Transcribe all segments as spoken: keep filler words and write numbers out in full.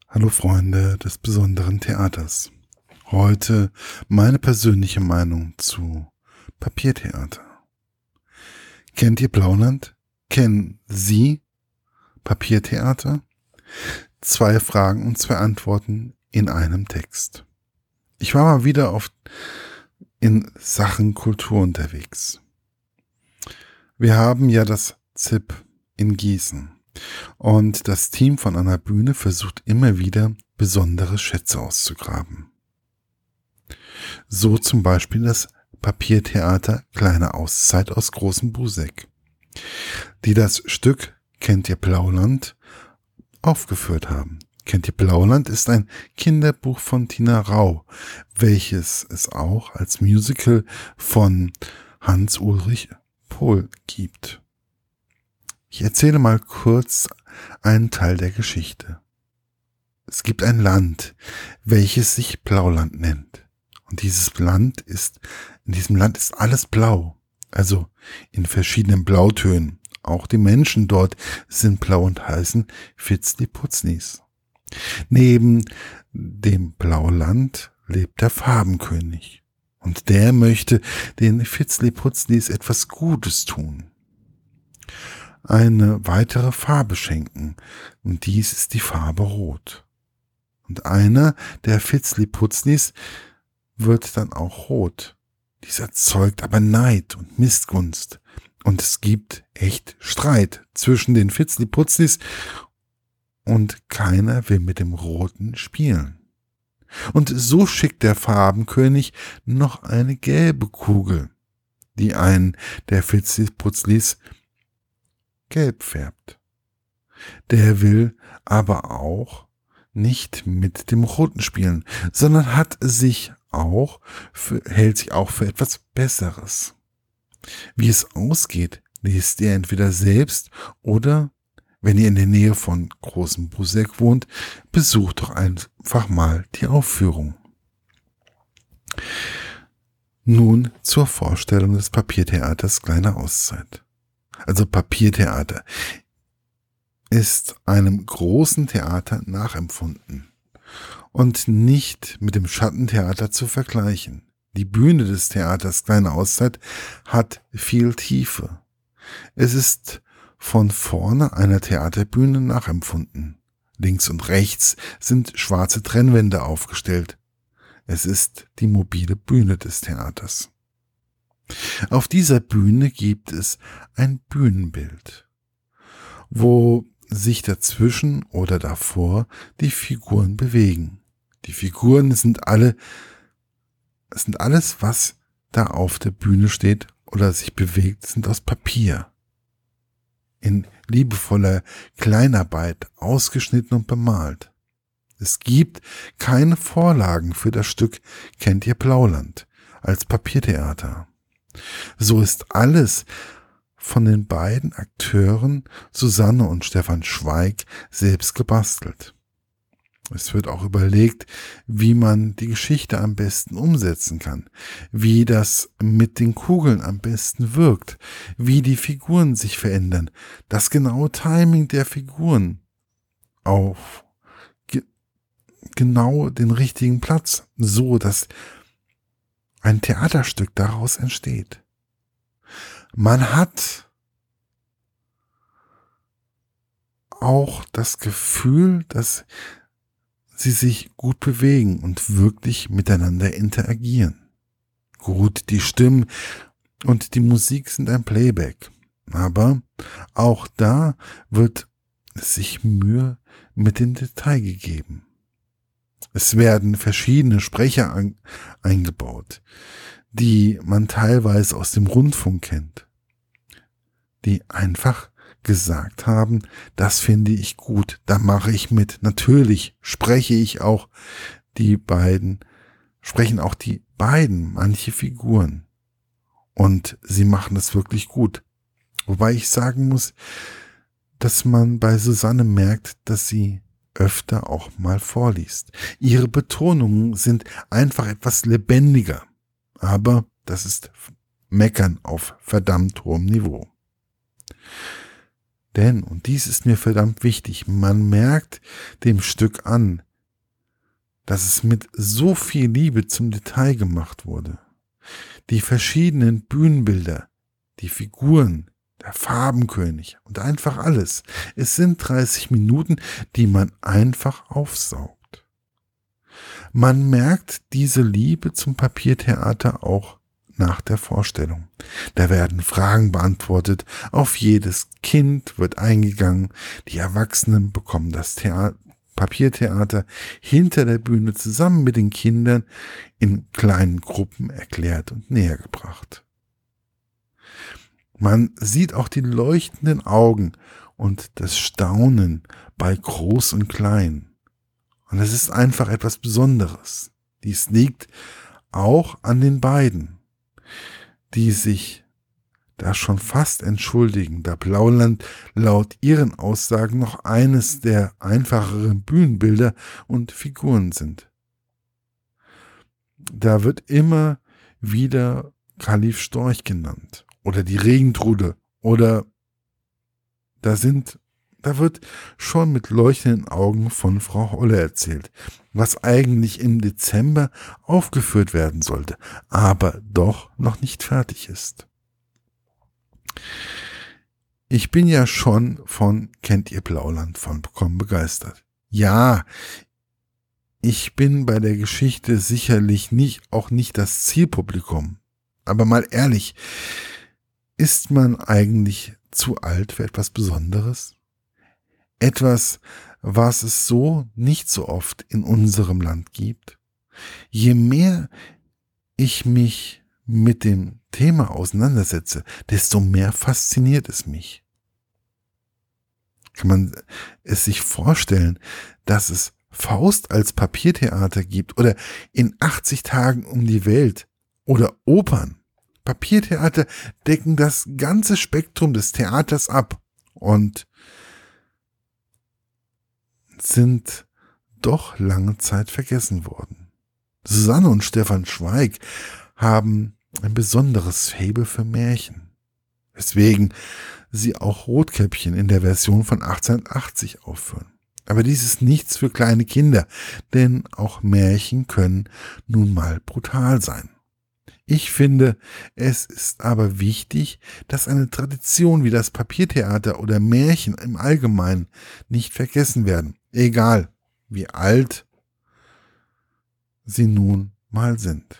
Hallo Freunde des besonderen Theaters. Heute meine persönliche Meinung zu Papiertheater. Kennt ihr Blauland? Kennen Sie Papiertheater? Zwei Fragen und zwei Antworten in einem Text. Ich war mal wieder auf, in Sachen Kultur unterwegs. Wir haben ja das Z I P in Gießen. Und das Team von einer Bühne versucht immer wieder, besondere Schätze auszugraben. So zum Beispiel das Papiertheater Kleine Auszeit aus Großem Buseck, die das Stück Kennt ihr Blauland aufgeführt haben. Kennt ihr Blauland ist ein Kinderbuch von Tina Rau, welches es auch als Musical von Hans-Ulrich Pohl gibt. Ich erzähle mal kurz einen Teil der Geschichte. Es gibt ein Land, welches sich Blauland nennt. Und dieses Land ist, in diesem Land ist alles blau. Also in verschiedenen Blautönen. Auch die Menschen dort sind blau und heißen Vitzliputznis. Neben dem Blauland lebt der Farbenkönig. Und der möchte den Vitzliputznis etwas Gutes tun. Eine weitere Farbe schenken, und dies ist die Farbe Rot. Und einer der Vitzliputznis wird dann auch rot. Dies erzeugt aber Neid und Missgunst. Und es gibt echt Streit zwischen den Vitzliputznis und keiner will mit dem Roten spielen. Und so schickt der Farbenkönig noch eine gelbe Kugel, die einen der Vitzliputznis gelb färbt. Der will aber auch nicht mit dem Roten spielen, sondern hat sich auch für, hält sich auch für etwas Besseres. Wie es ausgeht, lest ihr entweder selbst oder, wenn ihr in der Nähe von Großem Buseck wohnt, besucht doch einfach mal die Aufführung. Nun zur Vorstellung des Papiertheaters Kleine Auszeit. Also Papiertheater ist einem großen Theater nachempfunden und nicht mit dem Schattentheater zu vergleichen. Die Bühne des Theaters Kleine Auszeit hat viel Tiefe. Es ist von vorne einer Theaterbühne nachempfunden. Links und rechts sind schwarze Trennwände aufgestellt. Es ist die mobile Bühne des Theaters. Auf dieser Bühne gibt es ein Bühnenbild, wo sich dazwischen oder davor die Figuren bewegen. Die Figuren sind alle, sind alles, was da auf der Bühne steht oder sich bewegt, sind aus Papier. In liebevoller Kleinarbeit ausgeschnitten und bemalt. Es gibt keine Vorlagen für das Stück Kennt ihr Blauland als Papiertheater. So ist alles von den beiden Akteuren Susanne und Stefan Schweig selbst gebastelt. Es wird auch überlegt, wie man die Geschichte am besten umsetzen kann, wie das mit den Kugeln am besten wirkt, wie die Figuren sich verändern, das genaue Timing der Figuren auf ge- genau den richtigen Platz, so dass ein Theaterstück daraus entsteht. Man hat auch das Gefühl, dass sie sich gut bewegen und wirklich miteinander interagieren. Gut, die Stimmen und die Musik sind ein Playback, aber auch da wird sich Mühe mit dem Detail gegeben. Es werden verschiedene Sprecher an, eingebaut, die man teilweise aus dem Rundfunk kennt, die einfach gesagt haben, das finde ich gut, da mache ich mit. Natürlich spreche ich auch die beiden, sprechen auch die beiden manche Figuren und sie machen es wirklich gut. Wobei ich sagen muss, dass man bei Susanne merkt, dass sie öfter auch mal vorliest. Ihre Betonungen sind einfach etwas lebendiger, aber das ist Meckern auf verdammt hohem Niveau. Denn, und dies ist mir verdammt wichtig, man merkt dem Stück an, dass es mit so viel Liebe zum Detail gemacht wurde. Die verschiedenen Bühnenbilder, die Figuren, der Farbenkönig und einfach alles. Es sind dreißig Minuten, die man einfach aufsaugt. Man merkt diese Liebe zum Papiertheater auch nach der Vorstellung. Da werden Fragen beantwortet, auf jedes Kind wird eingegangen, die Erwachsenen bekommen das Theater, Papiertheater hinter der Bühne zusammen mit den Kindern in kleinen Gruppen erklärt und näher gebracht. Man sieht auch die leuchtenden Augen und das Staunen bei Groß und Klein. Und es ist einfach etwas Besonderes. Dies liegt auch an den beiden, die sich da schon fast entschuldigen, da Blauland laut ihren Aussagen noch eines der einfacheren Bühnenbilder und Figuren sind. Da wird immer wieder Kalif Storch genannt oder die Regentrude oder da sind, da wird schon mit leuchtenden Augen von Frau Holle erzählt, was eigentlich im Dezember aufgeführt werden sollte, aber doch noch nicht fertig ist. Ich bin ja schon von Kennt ihr Blauland vollkommen begeistert. Ja, ich bin bei der Geschichte sicherlich nicht, auch nicht das Zielpublikum. Aber mal ehrlich, ist man eigentlich zu alt für etwas Besonderes? Etwas, was es so nicht so oft in unserem Land gibt? Je mehr ich mich mit dem Thema auseinandersetze, desto mehr fasziniert es mich. Kann man es sich vorstellen, dass es Faust als Papiertheater gibt oder in achtzig Tagen um die Welt oder Opern? Papiertheater decken das ganze Spektrum des Theaters ab und sind doch lange Zeit vergessen worden. Susanne und Stefan Zweig haben ein besonderes Faible für Märchen, weswegen sie auch Rotkäppchen in der Version von achtzehnhundertachtzig aufführen. Aber dies ist nichts für kleine Kinder, denn auch Märchen können nun mal brutal sein. Ich finde, es ist aber wichtig, dass eine Tradition wie das Papiertheater oder Märchen im Allgemeinen nicht vergessen werden, egal wie alt sie nun mal sind.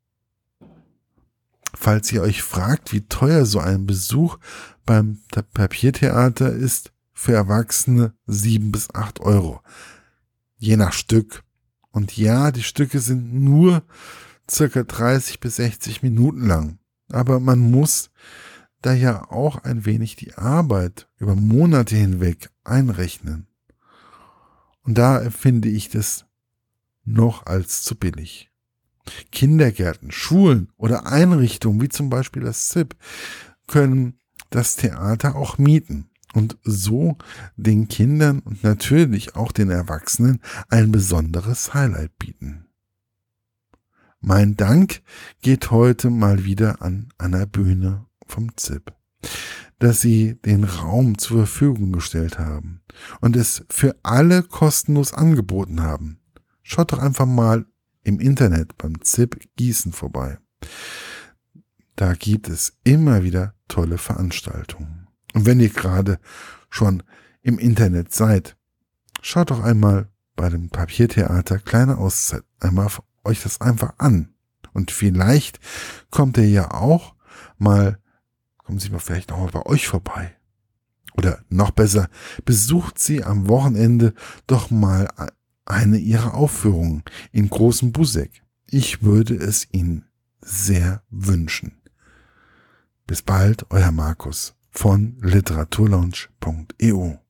Falls ihr euch fragt, wie teuer so ein Besuch beim Papiertheater ist, für Erwachsene sieben bis acht Euro. Je nach Stück. Und ja, die Stücke sind nur circa dreißig bis sechzig Minuten lang. Aber man muss da ja auch ein wenig die Arbeit über Monate hinweg einrechnen. Und da empfinde ich das noch als zu billig. Kindergärten, Schulen oder Einrichtungen wie zum Beispiel das Z I P können das Theater auch mieten und so den Kindern und natürlich auch den Erwachsenen ein besonderes Highlight bieten. Mein Dank geht heute mal wieder an Anna Bühne vom Z I P, dass sie den Raum zur Verfügung gestellt haben und es für alle kostenlos angeboten haben. Schaut doch einfach mal im Internet beim Z I P Gießen vorbei. Da gibt es immer wieder tolle Veranstaltungen. Und wenn ihr gerade schon im Internet seid, schaut doch einmal bei dem Papiertheater Kleine Auszeit einmal euch das einfach an. Und vielleicht kommt ihr ja auch mal, kommen Sie mal vielleicht noch mal bei euch vorbei. Oder noch besser, besucht sie am Wochenende doch mal eine ihrer Aufführungen in Großen Buseck. Ich würde es Ihnen sehr wünschen. Bis bald, euer Markus von literaturlaunch punkt e u.